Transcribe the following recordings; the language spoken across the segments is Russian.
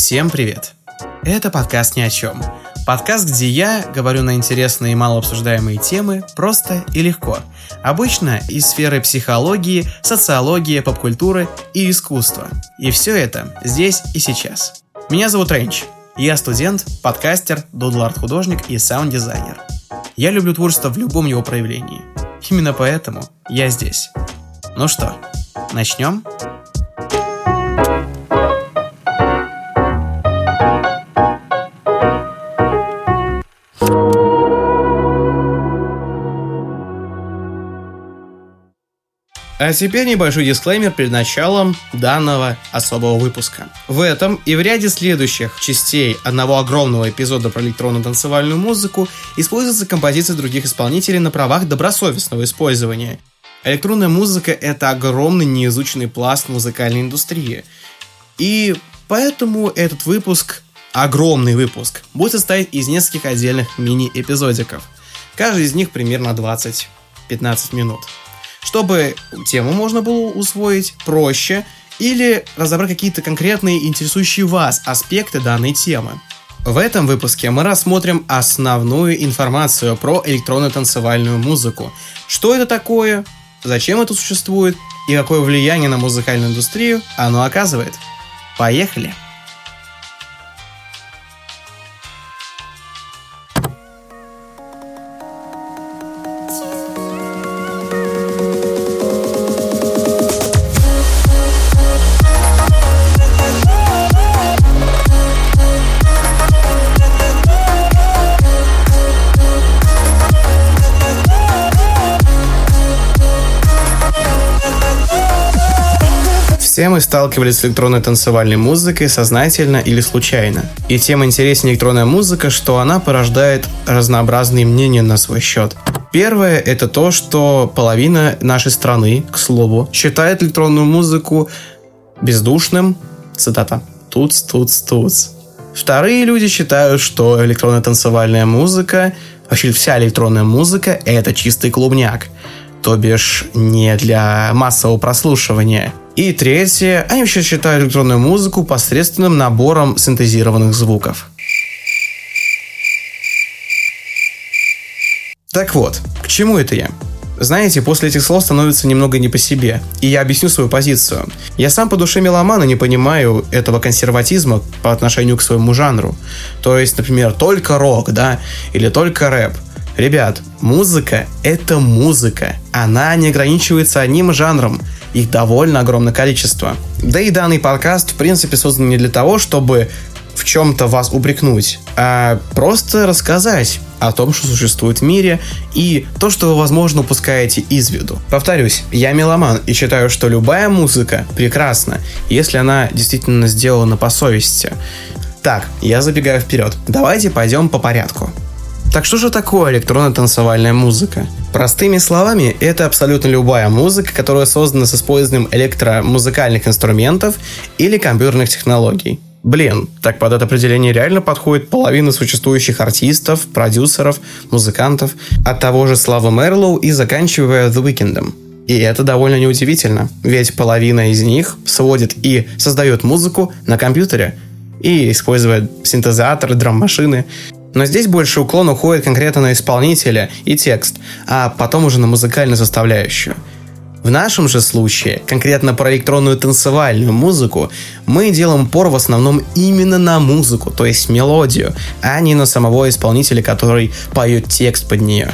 Всем привет! Это подкаст «Ни о чем». Подкаст, где я говорю на интересные и малообсуждаемые темы просто и легко. Обычно из сферы психологии, социологии, поп-культуры и искусства. И все это здесь и сейчас. Меня зовут Рейнч. Я студент, подкастер, дудл-арт-художник и саунд-дизайнер. Я люблю творчество в любом его проявлении. Именно поэтому я здесь. Ну что, начнем? А теперь небольшой дисклеймер перед началом данного особого выпуска. В этом и в ряде следующих частей одного огромного эпизода про электронно-танцевальную музыку используются композиции других исполнителей на правах добросовестного использования. Электронная музыка — это огромный неизученный пласт музыкальной индустрии. И поэтому этот выпуск, огромный выпуск, будет состоять из нескольких отдельных мини-эпизодиков. Каждый из них примерно 20-15 минут. Чтобы тему можно было усвоить проще или разобрать какие-то конкретные интересующие вас аспекты данной темы. В этом выпуске мы рассмотрим основную информацию про электронную танцевальную музыку. Что это такое, зачем это существует и какое влияние на музыкальную индустрию оно оказывает. Поехали! Все мы сталкивались с электронной танцевальной музыкой сознательно или случайно. И тем интереснее электронная музыка, что она порождает разнообразные мнения на свой счет. Первое — это то, что половина нашей страны, к слову, считает электронную музыку бездушным, цитата, «туц-туц-туц». Вторые люди считают, что электронная танцевальная музыка, вообще вся электронная музыка — это чистый клубняк, то бишь не для массового прослушивания. И третье, они вообще считают электронную музыку посредственным набором синтезированных звуков. Так вот, к чему это я? Знаете, после этих слов становится немного не по себе, и я объясню свою позицию. Я сам по душе меломан и не понимаю этого консерватизма по отношению к своему жанру. То есть, например, только рок, да, или только рэп. Ребят, музыка — это музыка. Она не ограничивается одним жанром. Их довольно огромное количество. Да и данный подкаст, в принципе, создан не для того, чтобы в чем-то вас упрекнуть, а просто рассказать о том, что существует в мире, и то, что вы, возможно, упускаете из виду. Повторюсь, я меломан и считаю, что любая музыка прекрасна, если она действительно сделана по совести. Так, я забегаю вперед. Давайте пойдем по порядку. Так что же такое электронно-танцевальная музыка? Простыми словами, это абсолютно любая музыка, которая создана с использованием электромузыкальных инструментов или компьютерных технологий. Блин, так под это определение реально подходит половина существующих артистов, продюсеров, музыкантов, от того же Славы Мэрлоу и заканчивая The Weeknd'ом. И это довольно неудивительно, ведь половина из них сводит и создает музыку на компьютере и использует синтезаторы, драм-машины. Но здесь больше уклон уходит конкретно на исполнителя и текст, а потом уже на музыкальную составляющую. В нашем же случае, конкретно про электронную танцевальную музыку, мы делаем упор в основном именно на музыку, то есть мелодию, а не на самого исполнителя, который поет текст под нее.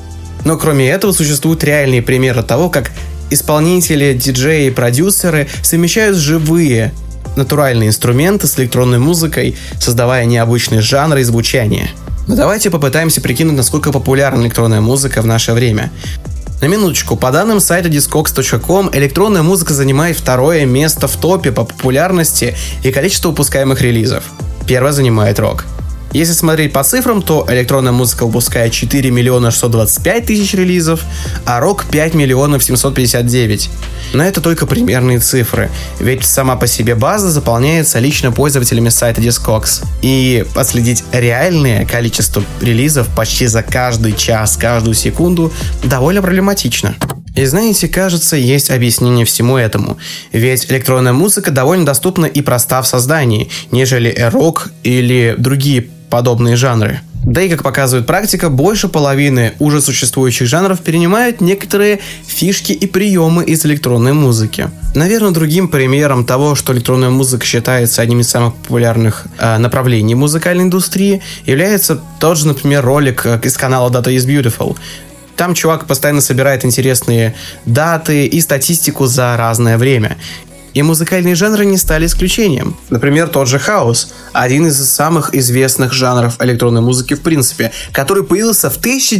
Но кроме этого существуют реальные примеры того, как исполнители, диджеи и продюсеры совмещают живые натуральные инструменты с электронной музыкой, создавая необычные жанры и звучания. Но давайте попытаемся прикинуть, насколько популярна электронная музыка в наше время. На минуточку, по данным сайта discogs.com, электронная музыка занимает второе место в топе по популярности и количеству выпускаемых релизов. Первое занимает рок. Если смотреть по цифрам, то электронная музыка выпускает 4 миллиона 625 тысяч релизов, а рок 5 миллионов 759. Но это только примерные цифры, ведь сама по себе база заполняется лично пользователями сайта Discogs. И отследить реальное количество релизов почти за каждый час, каждую секунду довольно проблематично. И знаете, кажется, есть объяснение всему этому. Ведь электронная музыка довольно доступна и проста в создании, нежели рок или другие подобные жанры. Да и, как показывает практика, больше половины уже существующих жанров перенимают некоторые фишки и приемы из электронной музыки. Наверное, другим примером того, что электронная музыка считается одним из самых популярных направлений музыкальной индустрии, является тот же, например, ролик из канала Data is Beautiful. Там чувак постоянно собирает интересные даты и статистику за разное время. И музыкальные жанры не стали исключением. Например, тот же хаус, один из самых известных жанров электронной музыки в принципе, который появился в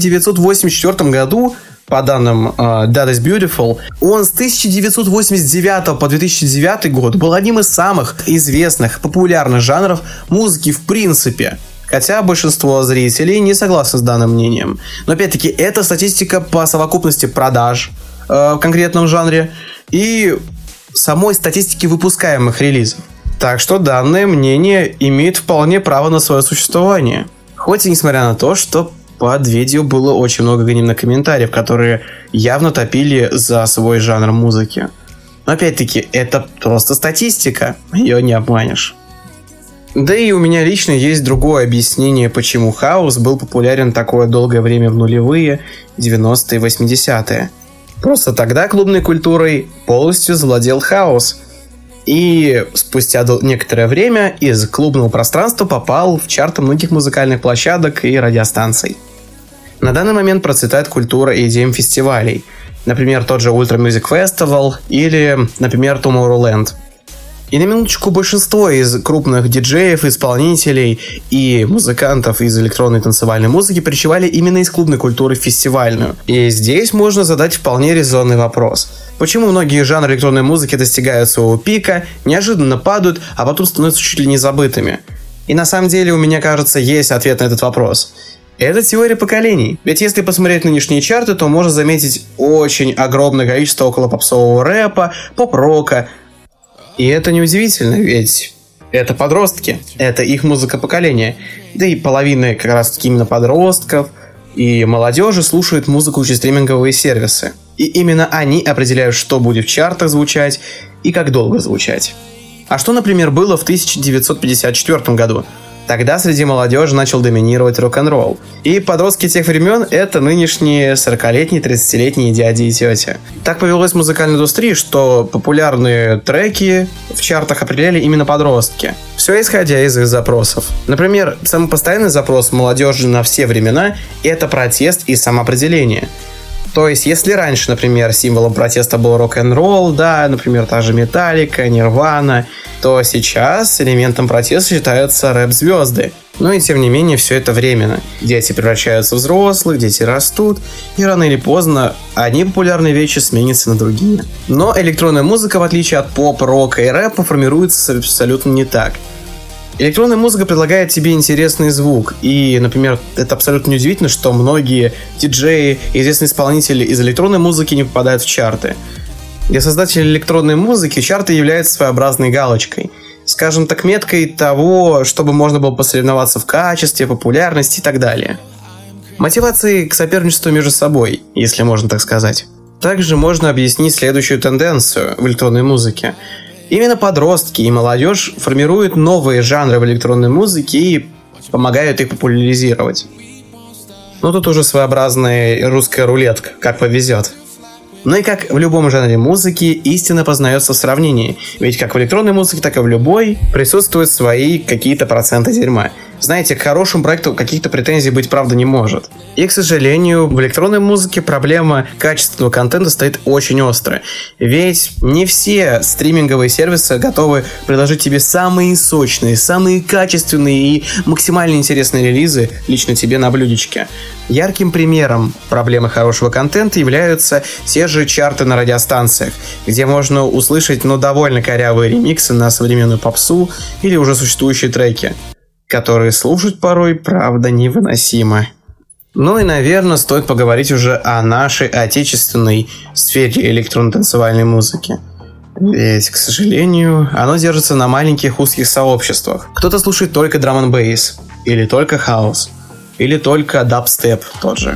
1984 году, по данным That is Beautiful. Он с 1989 по 2009 год был одним из самых известных, популярных жанров музыки в принципе. Хотя большинство зрителей не согласны с данным мнением. Но опять-таки, это статистика по совокупности продаж в конкретном жанре и самой статистики выпускаемых релизов. Так что данное мнение имеет вполне право на свое существование. Хоть и несмотря на то, что под видео было очень много гневных комментариев, которые явно топили за свой жанр музыки. Но опять-таки, это просто статистика, ее не обманешь. Да и у меня лично есть другое объяснение, почему хаус был популярен такое долгое время в нулевые, 90-е, 80-е. Просто тогда клубной культурой полностью завладел хаус. И спустя некоторое время из клубного пространства попал в чарты многих музыкальных площадок и радиостанций. На данный момент процветает культура EDM-фестивалей. Например, тот же Ultra Music Festival или, например, Tomorrowland. И на минуточку, большинство из крупных диджеев, исполнителей и музыкантов из электронной танцевальной музыки перекочевали именно из клубной культуры в фестивальную. И здесь можно задать вполне резонный вопрос. Почему многие жанры электронной музыки достигают своего пика, неожиданно падают, а потом становятся чуть ли не забытыми? И на самом деле, у меня кажется, есть ответ на этот вопрос. Это теория поколений. Ведь если посмотреть нынешние чарты, то можно заметить очень огромное количество около попсового рэпа, поп-рока. И это неудивительно, ведь это подростки, это их музыка поколения. Да и половина как раз таки именно подростков и молодежи слушают музыку через стриминговые сервисы. И именно они определяют, что будет в чартах звучать и как долго звучать. А что, например, было в 1954 году? Тогда среди молодежи начал доминировать рок-н-ролл. И подростки тех времен — это нынешние 40-летние, 30-летние дяди и тети. Так повелось в музыкальной индустрии, что популярные треки в чартах определяли именно подростки. Все исходя из их запросов. Например, самый постоянный запрос молодежи на все времена — это протест и самоопределение. То есть, если раньше, например, символом протеста был рок-н-ролл, да, например, та же Металлика, Нирвана, то сейчас элементом протеста считаются рэп-звезды. Но и тем не менее, все это временно. Дети превращаются в взрослых, дети растут, и рано или поздно одни популярные вещи сменятся на другие. Но электронная музыка, в отличие от поп, рока и рэпа, формируется абсолютно не так. Электронная музыка предлагает тебе интересный звук, и, например, это абсолютно неудивительно, что многие диджеи и известные исполнители из электронной музыки не попадают в чарты. Для создателей электронной музыки чарты являются своеобразной галочкой, скажем так, меткой того, чтобы можно было посоревноваться в качестве, популярности и так далее. Мотивацией к соперничеству между собой, если можно так сказать. Также можно объяснить следующую тенденцию в электронной музыке. Именно подростки и молодежь формируют новые жанры в электронной музыке и помогают их популяризировать. Но тут уже своеобразная русская рулетка, как повезет. Но и как в любом жанре музыки, истина познается в сравнении. Ведь как в электронной музыке, так и в любой присутствуют свои какие-то проценты дерьма. Знаете, к хорошему проекту каких-то претензий быть правда не может. И, к сожалению, в электронной музыке проблема качественного контента стоит очень остро. Ведь не все стриминговые сервисы готовы предложить тебе самые сочные, самые качественные и максимально интересные релизы лично тебе на блюдечке. Ярким примером проблемы хорошего контента являются те же чарты на радиостанциях, где можно услышать, довольно корявые ремиксы на современную попсу или уже существующие треки, которые слушать порой, правда, невыносимо. Ну и, наверное, стоит поговорить уже о нашей отечественной сфере электронно-танцевальной музыки. Ведь, к сожалению, оно держится на маленьких узких сообществах. Кто-то слушает только драм-н-бейс, или только хаус, или только дабстеп тот же.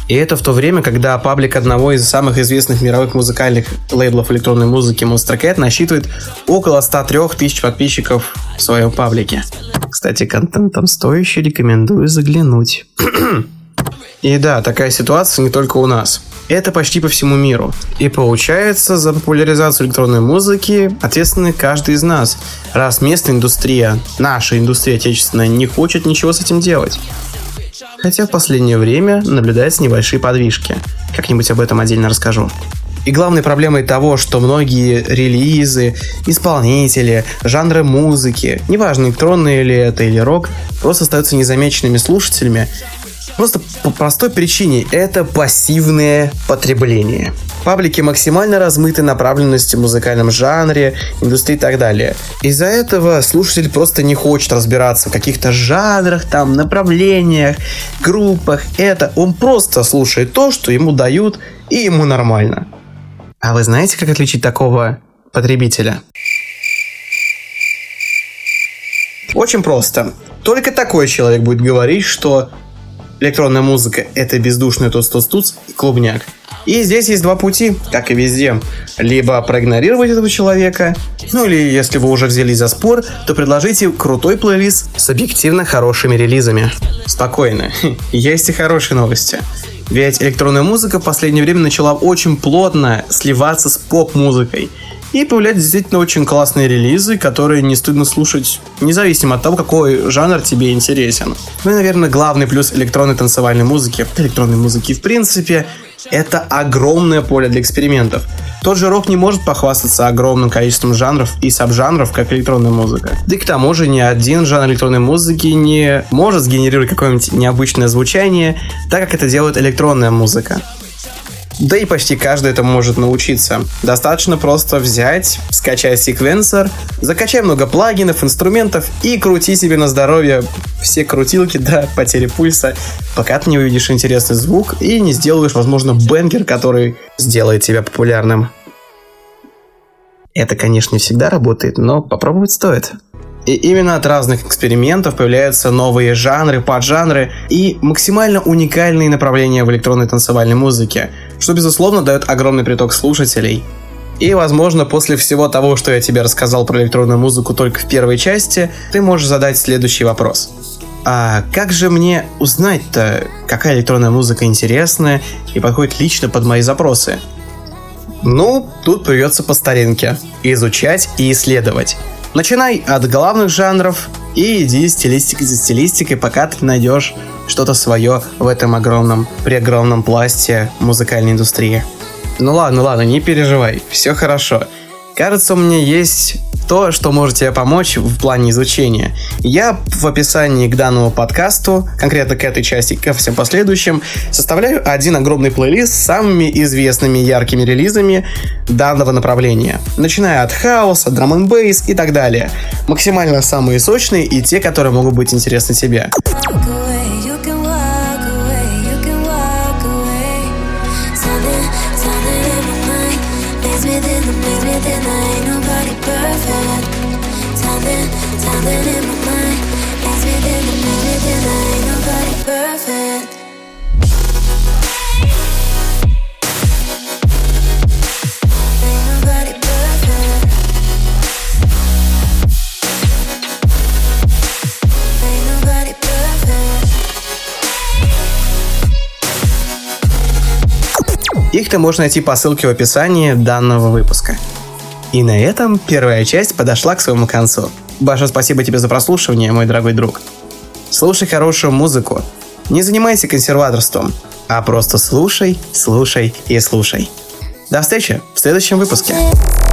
И это в то время, когда паблик одного из самых известных мировых музыкальных лейблов электронной музыки Monster Cat насчитывает около 103 тысяч подписчиков в своем паблике. Кстати, контент там стоящий, рекомендую заглянуть. И да, такая ситуация не только у нас. Это почти по всему миру. И получается, за популяризацию электронной музыки ответственны каждый из нас, раз местная индустрия, наша индустрия отечественная, не хочет ничего с этим делать. Хотя в последнее время наблюдаются небольшие подвижки. Как-нибудь об этом отдельно расскажу. И главной проблемой того, что многие релизы, исполнители, жанры музыки, неважно электронные ли это или рок, просто остаются незамеченными слушателями. Просто по простой причине – это пассивное потребление. Паблики максимально размыты направленностью в музыкальном жанре, индустрии и так далее. Из-за этого слушатель просто не хочет разбираться в каких-то жанрах, там, направлениях, группах. Он просто слушает то, что ему дают, и ему нормально. А вы знаете, как отличить такого потребителя? Очень просто. Только такой человек будет говорить, что электронная музыка – это бездушный туц-туц-туц и клубняк. И здесь есть два пути, как и везде. Либо проигнорировать этого человека, или если вы уже взялись за спор, то предложите крутой плейлист с объективно хорошими релизами. Спокойно, есть и хорошие новости. Ведь электронная музыка в последнее время начала очень плотно сливаться с поп-музыкой. И появляются действительно очень классные релизы, которые не стыдно слушать, независимо от того, какой жанр тебе интересен. Ну и, наверное, главный плюс электронной танцевальной музыки в принципе, это огромное поле для экспериментов. Тот же рок не может похвастаться огромным количеством жанров и сабжанров, как электронная музыка. Да и к тому же ни один жанр электронной музыки не может сгенерировать какое-нибудь необычное звучание, так как это делает электронная музыка. Да и почти каждый этому может научиться. Достаточно просто взять, скачать секвенсор, закачай много плагинов, инструментов и крути себе на здоровье все крутилки до потери пульса, пока ты не увидишь интересный звук и не сделаешь, возможно, бэнгер, который сделает тебя популярным. Это, конечно, не всегда работает, но попробовать стоит. И именно от разных экспериментов появляются новые жанры, поджанры и максимально уникальные направления в электронной танцевальной музыке, что, безусловно, дает огромный приток слушателей. И, возможно, после всего того, что я тебе рассказал про электронную музыку только в первой части, ты можешь задать следующий вопрос. А как же мне узнать-то, какая электронная музыка интересная и подходит лично под мои запросы? Тут придется по старинке. Изучать и исследовать. Начинай от главных жанров и иди стилистикой за стилистикой, пока ты найдешь что-то свое в этом преогромном пласте музыкальной индустрии. Ладно, не переживай, все хорошо. Кажется, у меня есть то, что может тебе помочь в плане изучения. Я в описании к данному подкасту, конкретно к этой части и ко всем последующим, составляю один огромный плейлист с самыми известными яркими релизами данного направления. Начиная от хаоса, драм-н-бейс и так далее. Максимально самые сочные и те, которые могут быть интересны тебе. Их ты можешь найти по ссылке в описании данного выпуска. И на этом первая часть подошла к своему концу. Большое спасибо тебе за прослушивание, мой дорогой друг. Слушай хорошую музыку. Не занимайся консерваторством, а просто слушай и слушай. До встречи в следующем выпуске.